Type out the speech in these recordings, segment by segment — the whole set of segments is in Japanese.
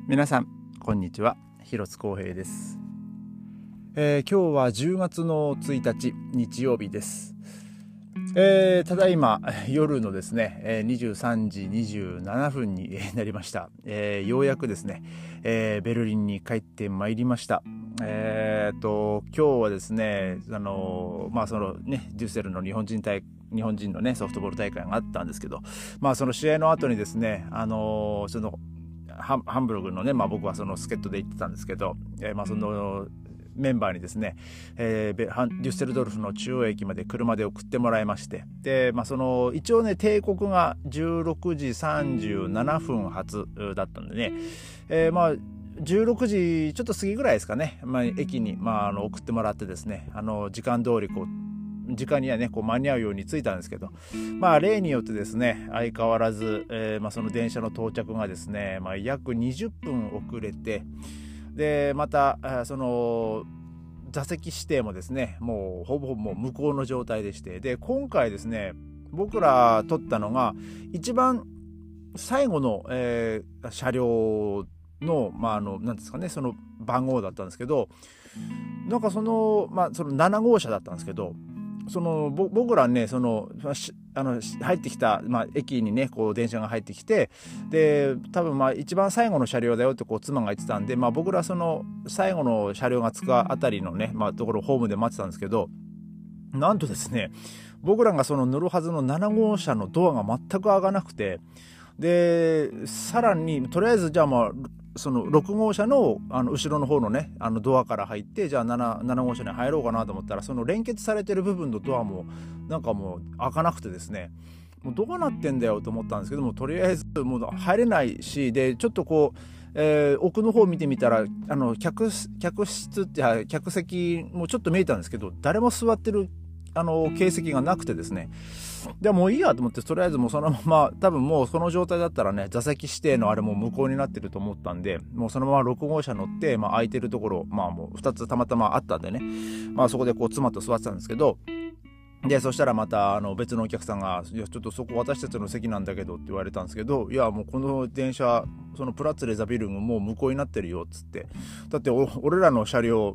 皆さんこんにちは、広津光平です。今日は10月の1日日曜日です。ただいま夜のですね23時27分になりました。ようやくですね、ベルリンに帰ってまいりました。今日はですねそのねデュッセルの日本人のねソフトボール大会があったんですけど、その試合の後にですねそのハンブルグのね、僕はその助っ人で行ってたんですけど、そのメンバーにですね、デュッセルドルフの中央駅まで車で送ってもらいまして、で、その一応ね定刻が16時37分発だったんでね、16時ちょっと過ぎぐらいですかね、駅に、送ってもらってですね、時間通り時間にはね間に合うように着いたんですけど、例によってですね相変わらず、その電車の到着がですね、約20分遅れて、でまたその座席指定もですねもうほぼもう無効の状態でして、で今回ですね僕ら取ったのが一番最後の、車両のなんですかね、その番号だったんですけど、なんかその7号車だったんですけど、その僕らね入ってきた、駅にね電車が入ってきて、で多分一番最後の車両だよって妻が言ってたんで、僕らその最後の車両が着くあたりのね、ところホームで待ってたんですけど、なんとですね僕らがその乗るはずの7号車のドアが全く開かなくて、でさらにとりあえずじゃあその6号車の後ろの方のねドアから入って、じゃあ 7号車に入ろうかなと思ったら、その連結されてる部分のドアもなんかもう開かなくてですね、もうどうなってんだよと思ったんですけども、とりあえずもう入れないし、でちょっと奥の方見てみたら客室って客席もちょっと見えたんですけど、誰も座ってる形跡がなくてですね、でもういいやと思って、とりあえずもうそのまま多分もうその状態だったらね座席指定のあれも無効になってると思ったんで、もうそのまま6号車乗って、空いてるところもう2つたまたまあったんでね、そこで妻と座ってたんですけど、でそしたらまた別のお客さんが「いやちょっとそこ私たちの席なんだけど」って言われたんですけど、いやもうこの電車そのプラッツレザビルンもう無効になってるよっつって、だって俺らの車両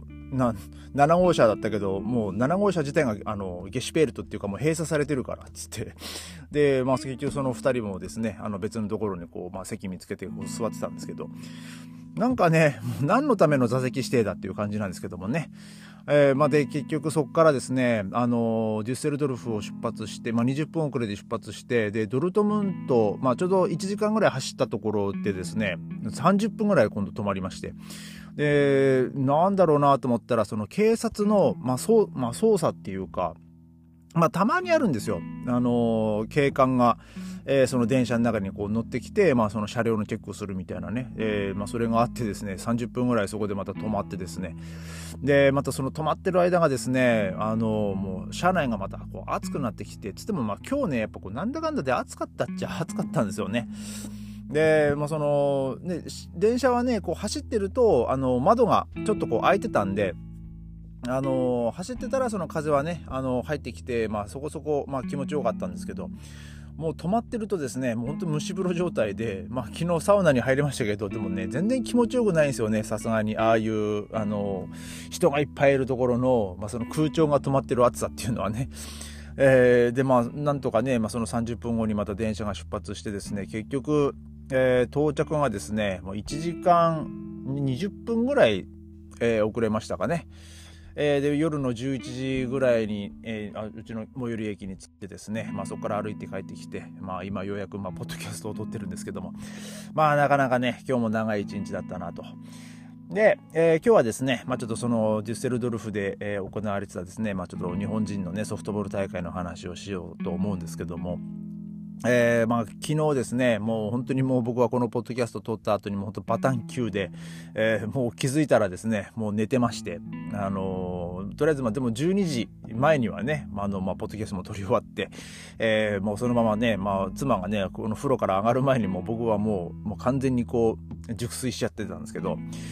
7号車だったけど、もう7号車自体がゲシュペールトっていうかもう閉鎖されてるからっつって、で結局その2人もですね別のところに席見つけて座ってたんですけど、なんかね何のための座席指定だっていう感じなんですけどもね、で結局そこからですねデュッセルドルフを出発して、20分遅れで出発して、でドルトムント、ちょうど1時間ぐらい走ったところでですね30分ぐらい今度止まりまして、でなんだろうなと思ったら、その警察の、捜査っていうか、たまにあるんですよ、警官が、その電車の中に乗ってきて、その車両のチェックをするみたいなね、それがあってですね30分ぐらいそこでまた止まってですね、でまたその止まってる間がですねもう車内がまた暑くなってきて、つっても今日ねやっぱなんだかんだで暑かったっちゃ暑かったんですよね。でそのね電車はね走ってると窓がちょっと開いてたんで、走ってたらその風はね入ってきて、そこそこ気持ちよかったんですけど、もう止まってるとですねもう本当蒸し風呂状態で、昨日サウナに入りましたけど、でもね全然気持ちよくないんですよね、さすがにああいう人がいっぱいいるところの、その空調が止まってる暑さっていうのはね、でなんとかね、その30分後にまた電車が出発してですね、結局、到着がですねもう1時間20分ぐらい、遅れましたかね。で夜の11時ぐらいに、うちの最寄り駅に着いてですね、そこから歩いて帰ってきて、今ようやくポッドキャストを撮ってるんですけども、なかなかね今日も長い一日だったなと。で、今日はですね、ちょっとそのデュッセルドルフで、行われてたですね、ちょっと日本人のねソフトボール大会の話をしようと思うんですけども、昨日ですねもう本当にもう僕はこのポッドキャスト撮った後にもう本当バタン級で、もう気づいたらですねもう寝てまして、とりあえずでも12時前にはねポッドキャストも撮り終わって、もうそのままね、妻がねこの風呂から上がる前にもう僕はもう完全に熟睡しちゃってたんですけど、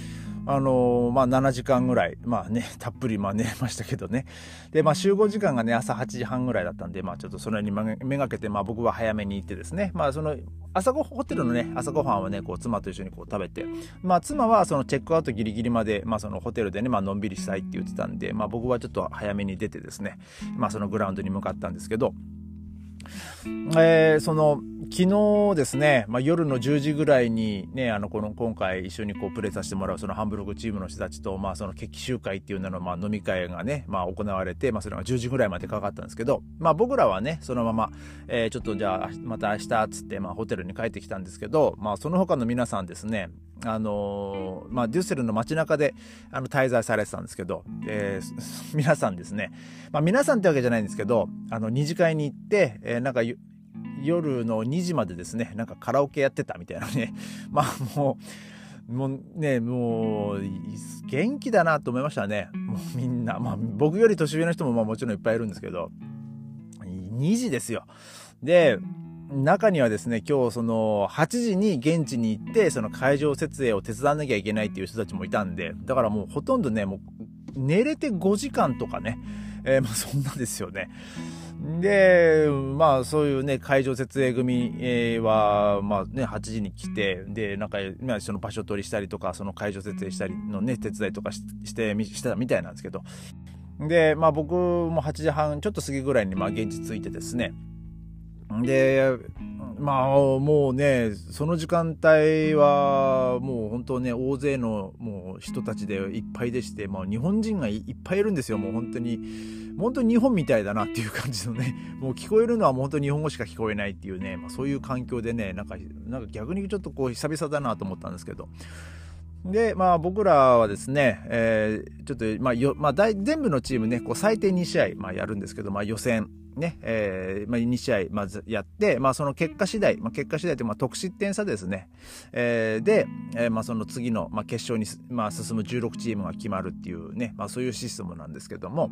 7時間ぐらい、たっぷり寝れましたけどね。で、集合時間がね、朝8時半ぐらいだったんで、ちょっとそれにめがけて、僕は早めに行ってですね、ホテルのね、朝ごはんはね、妻と一緒に食べて、妻はそのチェックアウトギリギリまで、そのホテルでね、のんびりしたいって言ってたんで、僕はちょっと早めに出てですね、そのグラウンドに向かったんですけど、昨日ですね、夜の10時ぐらいにね、今回一緒にプレーさせてもらうそのハンブルクチームの人たちと、その決起集会っていうのの、飲み会がね、行われて、それが10時ぐらいまでかかったんですけど、僕らはね、そのまま、ちょっとじゃあ、また明日、つって、ホテルに帰ってきたんですけど、その他の皆さんですね、デュッセルの街中で滞在されてたんですけど、皆さんですね、皆さんってわけじゃないんですけど、二次会に行って、夜の2時までですね、カラオケやってたみたいなね、もうね、もう元気だなと思いましたね。もうみんな、僕より年上の人ももちろんいっぱいいるんですけど、2時ですよ。で、中にはですね、今日その8時に現地に行ってその会場設営を手伝わなきゃいけないっていう人たちもいたんで、だからもうほとんどね、もう寝れて5時間とかね、そんなですよね。で、そういうね、会場設営組は、8時に来て、で、その場所取りしたりとか、その会場設営したりのね、手伝いとかしたみたいなんですけど。で、僕も8時半ちょっと過ぎぐらいに現地着いてですね。で、もうね、その時間帯はもう本当ね、大勢のもう人たちでいっぱいでして、日本人がいっぱいいるんですよ。もう本当に日本みたいだなっていう感じのね、もう聞こえるのはもう本当に日本語しか聞こえないっていうね、そういう環境でね、なんか逆にちょっと久々だなと思ったんですけど。で、僕らはですね、ちょっと全部のチームね、最低2試合やるんですけど、予選ね、2試合まずやって、その結果次第って得失点差ですね、で、その次の、決勝に、進む16チームが決まるっていうね、そういうシステムなんですけども、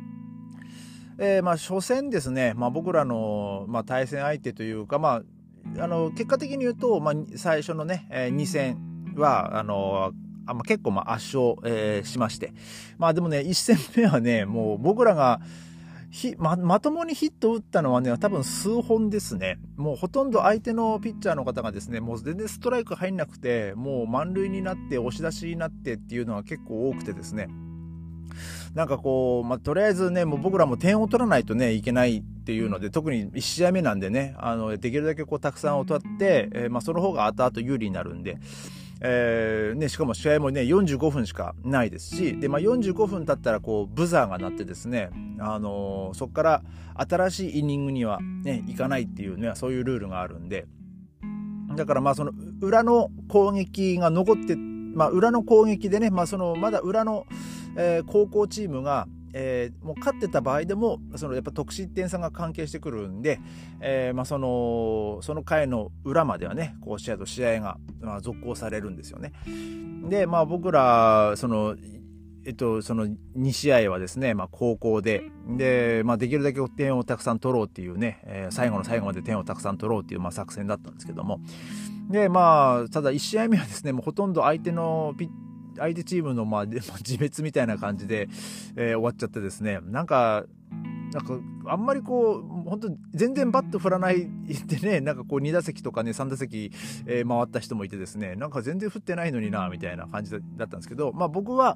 初戦ですね、僕らの、対戦相手というか、結果的に言うと、最初のね、2戦は結構圧勝、しまして、でもね、1戦目はね、もう僕らがまともにヒットを打ったのはね、多分数本ですね。もうほとんど相手のピッチャーの方がですね、もう全然ストライク入んなくて、もう満塁になって押し出しになってっていうのが結構多くてですね、とりあえずね、もう僕らも点を取らないとねいけないっていうので、特に1試合目なんでね、できるだけたくさんを取って、その方が後々有利になるんで、しかも試合もね45分しかないですし、で、45分経ったらブザーが鳴ってですね、そこから新しいイニングにはねいかないっていうね、そういうルールがあるんで、だからその裏の攻撃が残って、裏の攻撃でね、そのまだ裏の、高校チームがもう勝ってた場合でもやっぱ得失点差が関係してくるんで、その回の裏まではね試合が続行されるんですよね。で、僕らその2試合はですね、高校で、できるだけ点をたくさん取ろうっていうね、最後の最後まで点をたくさん取ろうっていう作戦だったんですけども、でただ1試合目はですね、もうほとんど相手チームの自滅みたいな感じで、終わっちゃってですね、なんかあんまり本当全然バット振らないでね、2打席とかね3打席、回った人もいてですね、全然振ってないのになみたいな感じだったんですけど、僕は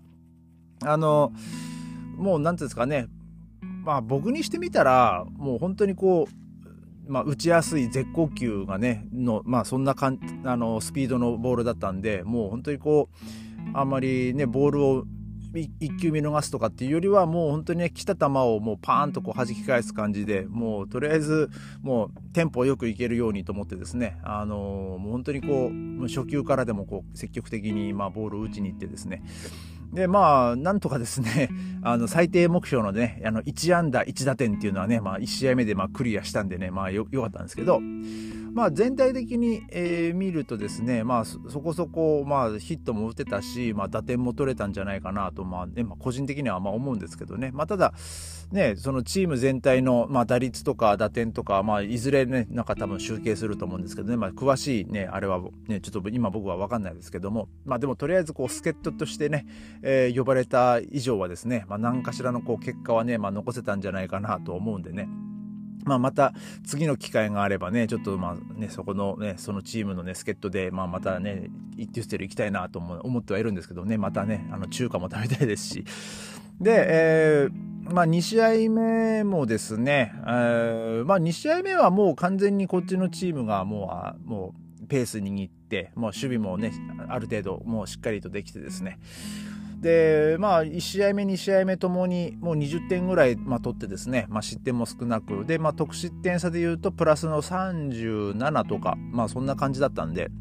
もうなんていうんですかね、僕にしてみたらもう本当に打ちやすい絶好球がねそんなスピードのボールだったんで、もう本当にあんまりねボールを1球見逃すとかっていうよりは、もう本当にね来た球をもうパーンと弾き返す感じで、もうとりあえずもうテンポよくいけるようにと思ってですね、もう本当に初球からでも積極的にボールを打ちに行ってですね、でなんとかですね最低目標のね1安打1打点っていうのはね、1試合目でクリアしたんでね、よかったんですけど、 全体的に、見るとですね、そこそこ、ヒットも打てたし、打点も取れたんじゃないかなと、個人的には思うんですけどね。ただね、そのチーム全体の、打率とか打点とか、いずれねなんか多分集計すると思うんですけどね、詳しいねあれはねちょっと今僕は分かんないですけども、でもとりあえず助っ人としてね、呼ばれた以上はですね、何かしらの結果はね、残せたんじゃないかなと思うんでね。また次の機会があればね、ちょっとそこのね、そのチームのね、助っ人で、またね、デュッセル行きたいなと思ってはいるんですけどね、またね、中華も食べたいですし。で、2試合目もですね、2試合目はもう完全にこっちのチームがもうペース握って、もう守備もね、ある程度もうしっかりとできてですね。で1試合目2試合目ともにもう20点ぐらい、取ってですね、失点も少なくで、得失点差でいうとプラスの37とか、そんな感じだったんで、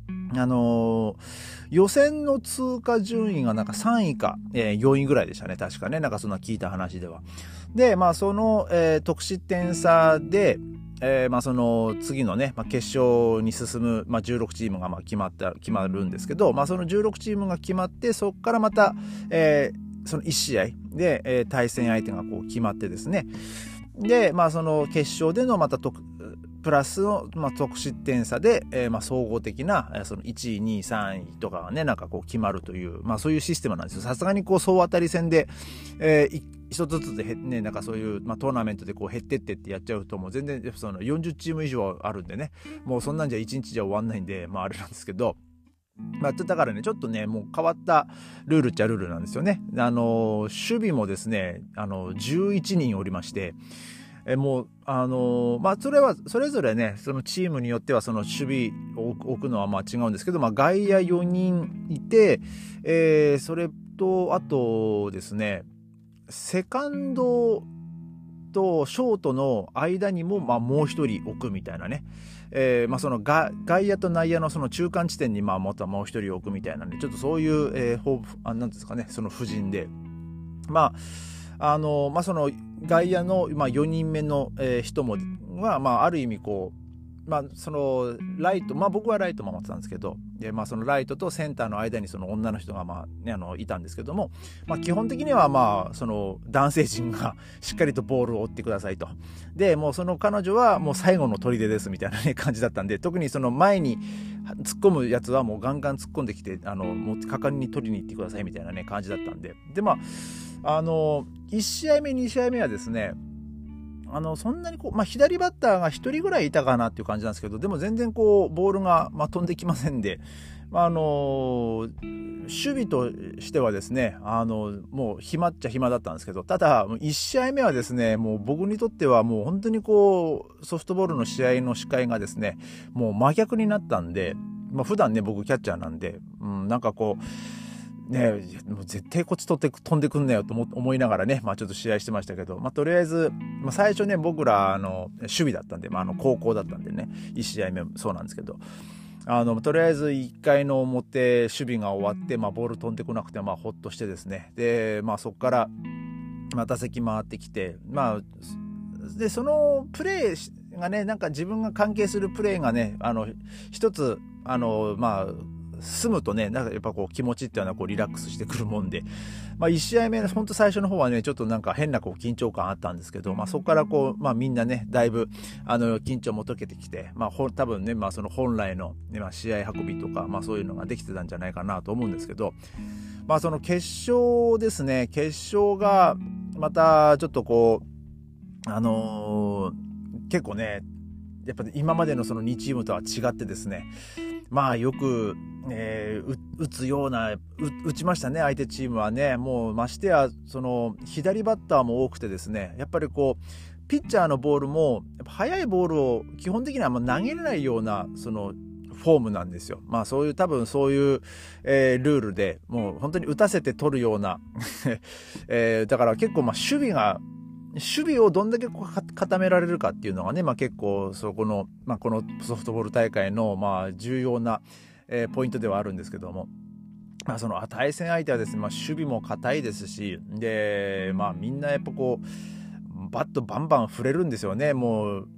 予選の通過順位がなんか3位か、4位ぐらいでしたね、確かね、なんかそんな聞いた話では。でその、得失点差でその次のね、決勝に進む、16チームが決まるんですけど、その16チームが決まって、そこからまた、その1試合で、対戦相手が決まってですね、で、その決勝でのまたプラスの、得失点差で、総合的なその1位2位3位とかがねなんか決まるという、そういうシステムなんですよ。さすがに総当たり戦で、一つずつでね、なんかそういう、トーナメントで減ってってやっちゃうと、もう全然その40チーム以上あるんでね、もうそんなんじゃ1日じゃ終わんないんで、あれなんですけど、だからねちょっとねもう変わったルールっちゃルールなんですよね。守備もですね11人おりまして、もうそれはそれぞれねそのチームによってはその守備を置くのは違うんですけど、外野4人いて、それとあとですねセカンドとショートの間にももう一人置くみたいなね、その外野と内野のその中間地点にまたもう一人置くみたいなね、ちょっとそういう、なんですかね、その布陣でその外野の、4人目の、人もが、ある意味そのライト、僕はライト守ってたんですけど、で、そのライトとセンターの間にその女の人がいたんですけども、基本的にはその男性陣がしっかりとボールを追ってくださいと。でもうその彼女はもう最後の砦ですみたいな、ね、感じだったんで、特にその前に突っ込むやつはもうガンガン突っ込んできてもう果敢に取りに行ってくださいみたいなね感じだったんで、で1試合目2試合目はですねそんなに左バッターが1人ぐらいいたかなっていう感じなんですけど、でも全然ボールが、飛んできませんで、守備としてはですねもう暇っちゃ暇だったんですけど、ただ1試合目はですねもう僕にとってはもう本当にソフトボールの試合の視界がですねもう真逆になったんで、普段ね僕キャッチャーなんで、なんかね、もう絶対こっち飛んでくんなよと思いながらね、ちょっと試合してましたけど、とりあえず、最初ね僕ら守備だったんで、高校だったんでね1試合目そうなんですけど、とりあえず1回の表守備が終わって、ボール飛んでこなくてほっとしてですね、で、そこから打席回ってきて、でそのプレーがねなんか自分が関係するプレーがね一つ済むとねなんかやっぱ気持ちっていうのはリラックスしてくるもんで、1試合目の本当最初の方はねちょっとなんか変な緊張感あったんですけど、そこからみんなねだいぶ緊張も解けてきて、多分ねその本来の、ね試合運びとか、そういうのができてたんじゃないかなと思うんですけど、その決勝ですね、決勝がまたちょっと結構ねやっぱり今までのその2チームとは違ってですね、よく、打つような打ちましたね相手チームはね。もうましてやその左バッターも多くてですね、やっぱりピッチャーのボールもやっぱ速いボールを基本的には投げれないようなそのフォームなんですよ。そういう多分そういう、ルールでもう本当に打たせて取るような、だから結構守備をどんだけ固められるかっていうのがね、結構そこの、このソフトボール大会の重要な、ポイントではあるんですけども、その対戦相手はですね、守備も堅いですし、でみんなやっぱバットバンバン振れるんですよね。もう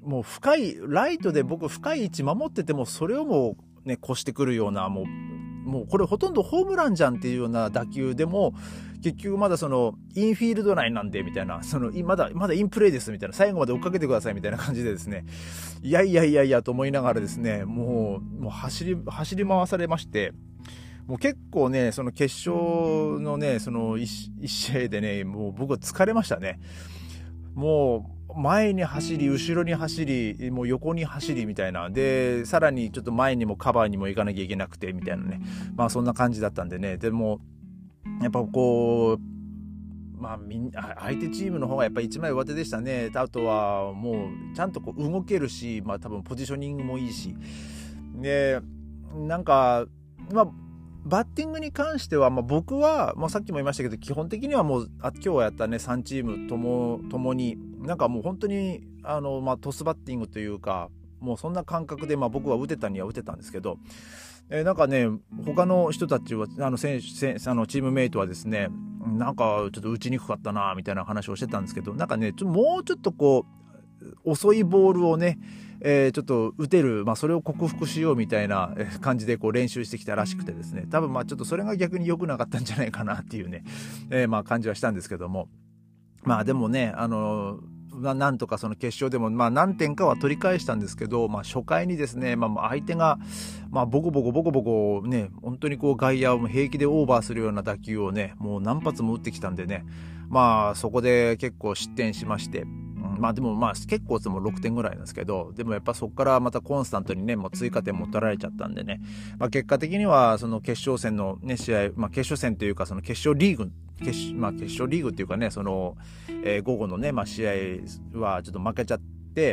もうライトで僕深い位置守ってても、それをもうね、越してくるような、もうこれほとんどホームランじゃんっていうような打球でも、結局まだそのインフィールド内なんでみたいな、まだインプレーですみたいな、最後まで追っかけてくださいみたいな感じでですね、いやと思いながらですね、もう走り回されまして、もう結構ね、その決勝のね、その一試合でね、もう僕は疲れましたね。もう前に走り、後ろに走り、もう横に走りみたいな。で、さらにちょっと前にもカバーにも行かなきゃいけなくてみたいなね。まあそんな感じだったんでね。でも、やっぱこう、まあ相手チームの方がやっぱり一枚上手でしたね。あとはもうちゃんとこう動けるし、まあ多分ポジショニングもいいし。で、なんか、まあ、バッティングに関しては、まあ、僕は、まあ、さっきも言いましたけど、基本的にはもう今日やったね3チームともになんかもう本当にまあ、トスバッティングというか、もうそんな感覚で、まあ、僕は打てたんですけど、なんかね他の人たちはチームメイトはですね、なんかちょっと打ちにくかったなみたいな話をしてたんですけど、なんかねもうちょっとこう遅いボールをね、ちょっと打てる、まあ、それを克服しようみたいな感じでこう練習してきたらしくてですね、多分まあちょっとそれが逆に良くなかったんじゃないかなっていうね、まあ感じはしたんですけども、まあでもねなんとかその決勝でもまあ何点かは取り返したんですけど、まあ、初回にですね、まあ、相手がまあボコボコね、本当にこう外野を平気でオーバーするような打球をね、もう何発も打ってきたんでね、まあそこで結構失点しまして、まあでもまあ結構も6点ぐらいなんですけど、でもやっぱそこからまたコンスタントにね、もう追加点も取られちゃったんでね、まあ、結果的にはその決勝戦のね試合、まあ、決勝戦というかその決勝リーグっていうかね、その、午後のね、まあ、試合はちょっと負けちゃって、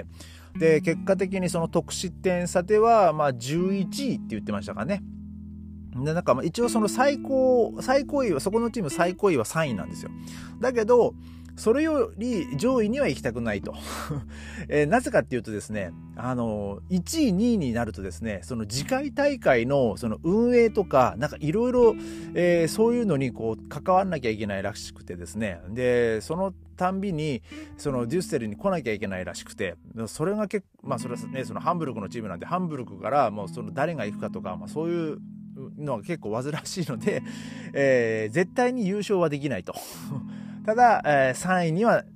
で結果的にその得失点差ではまあ11位って言ってましたかね。でなんかまあ一応その最高位は、そこのチーム最高位は3位なんですよ。だけどそれより上位には行きたくないと、なぜかっていうとですね、1位2位になるとですね、その次回大会のその運営とかなんかいろいろそういうのにこう関わらなきゃいけないらしくてですね、でそのたんびにそのデュッセルに来なきゃいけないらしくて、それがまあそれはね、そのハンブルクのチームなんで、ハンブルクからもうその誰が行くかとか、まあ、そういうのが結構煩わしいので、絶対に優勝はできないとただ、3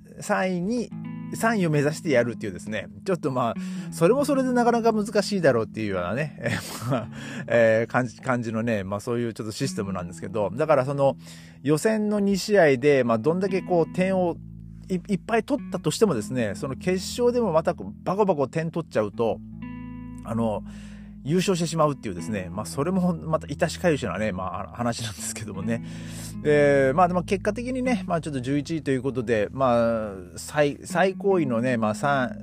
位を目指してやるっていうですね、ちょっとまあそれもそれでなかなか難しいだろうっていうようなね、感じのね、まあそういうちょっとシステムなんですけど、だからその予選の2試合で、まあ、どんだけこう点をいっぱい取ったとしてもですね、その決勝でもまたバコ点取っちゃうと優勝してしまうっていうですね、まあそれもまた致しかゆしなね、まあ話なんですけどもね。まあでも結果的にね、まあちょっと11位ということで、まあ最高位のね、まあ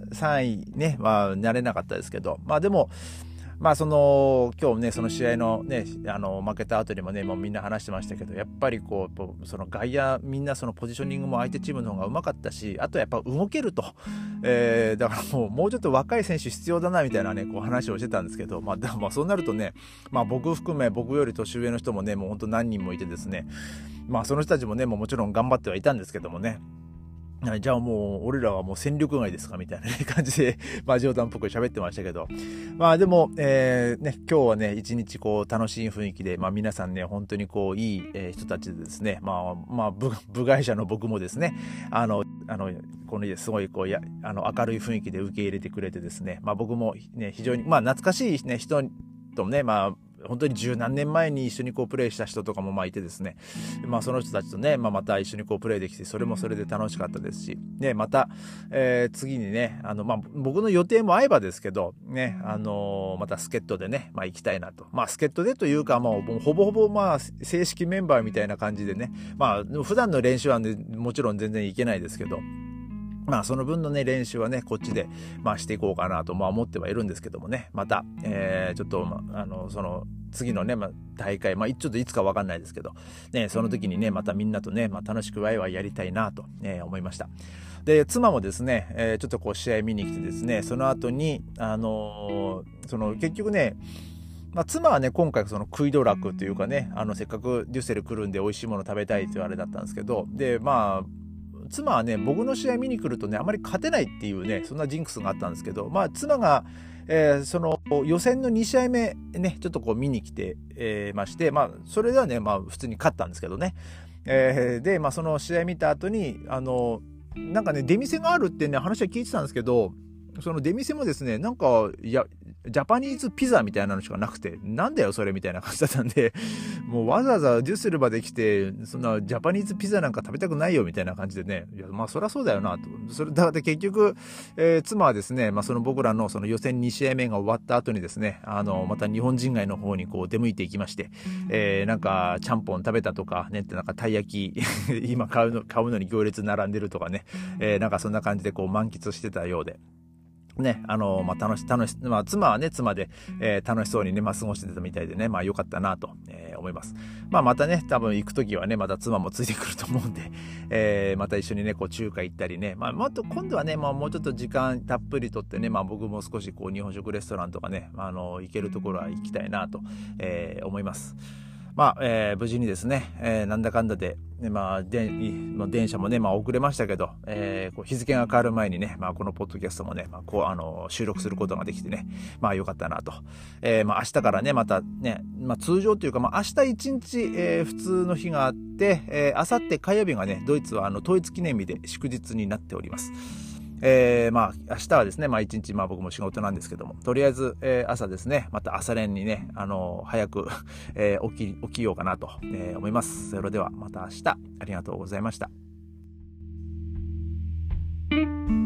3位ね、まあなれなかったですけど、まあでも、まあその今日ね、その試合のね、負けた後にもね、もうみんな話してましたけど、やっぱりこうその外野みんなそのポジショニングも相手チームの方がうまかったし、あとやっぱ動けると、だからもうちょっと若い選手必要だなみたいなね、こう話をしてたんですけど、まあそうなるとね、まあ僕含め僕より年上の人もね、もう本当何人もいてですね、まあその人たちもね、もちろん頑張ってはいたんですけどもね。じゃあもう俺らはもう戦力外ですかみたいな、ね、感じでまあ冗談っぽく喋ってましたけど、まあでも、ね、今日はね一日こう楽しい雰囲気で、まあ皆さんね本当にこういい人たちでですね、まあ部外者の僕もですね、このすごいこう明るい雰囲気で受け入れてくれてですね、まあ僕もね非常にまあ懐かしいね人とね、まあ本当に十何年前に一緒にこうプレイした人とかもまあいてですね、まあその人たちとね、まあ、また一緒にこうプレイできて、それもそれで楽しかったですし、ね、また、次にね、まあ僕の予定も合えばですけど、ね、また助っ人でね、まあ行きたいなと。まあ助っ人でというか、もうほぼほぼまあ正式メンバーみたいな感じでね、まあ普段の練習は、ね、もちろん全然行けないですけど、まあその分のね練習はねこっちでまあしていこうかなとまあ思ってはいるんですけどもね、また、ちょっとその次のね、まあ、大会、まあ、ちょっといつか分かんないですけど、ね、その時にねまたみんなとね、まあ、楽しくワイワイやりたいなと、思いました。で妻もですね、ちょっとこう試合見に来てですね、その後にその結局ね、まあ、妻はね今回その食い道楽というかね、せっかくデュッセル来るんで美味しいもの食べたいというあれだったんですけど、でまあ妻はね僕の試合見に来るとねあまり勝てないっていうねそんなジンクスがあったんですけど、妻が、その予選の2試合目ねちょっとこう見に来て、まして、それではね普通に勝ったんですけどね、でその試合見た後になんかね出店があるってね話は聞いてたんですけど、その出店もですねなんかジャパニーズピザみたいなのしかなくて、なんだよそれみたいな感じだったんで、もうわざわざデュッセルバで来てそんなジャパニーズピザなんか食べたくないよみたいな感じでね、いやそりゃそうだよなと。それだから結局、妻はですね、その僕らのその予選2試合目が終わった後にですね、また日本人街の方にこう出向いていきまして、なんかちゃんぽん食べたとかね、なんかたい焼き今買うのに行列並んでるとかね、なんかそんな感じでこう満喫してたようで。ね、楽し、妻はね、妻で、楽しそうにね、過ごしてたみたいでね、良かったなと、思います。またね、多分行くときはね、また妻もついてくると思うんで、また一緒にね、こう中華行ったりね、今度はね、もうちょっと時間たっぷりとってね、僕も少しこう日本食レストランとかね、行けるところは行きたいなと、思います。無事にですね、なんだかんだで、電車もね、遅れましたけど、こう日付が変わる前にね、このポッドキャストもね、収録することができてね、良かったなと。明日からね、またね、通常というか、明日一日、普通の日があって、明後日火曜日がね、ドイツは統一記念日で祝日になっております。明日はですね、一日僕も仕事なんですけども、とりあえず、朝ですね、また朝練にね、早く、起きようかなと、思います。それではまた明日ありがとうございました。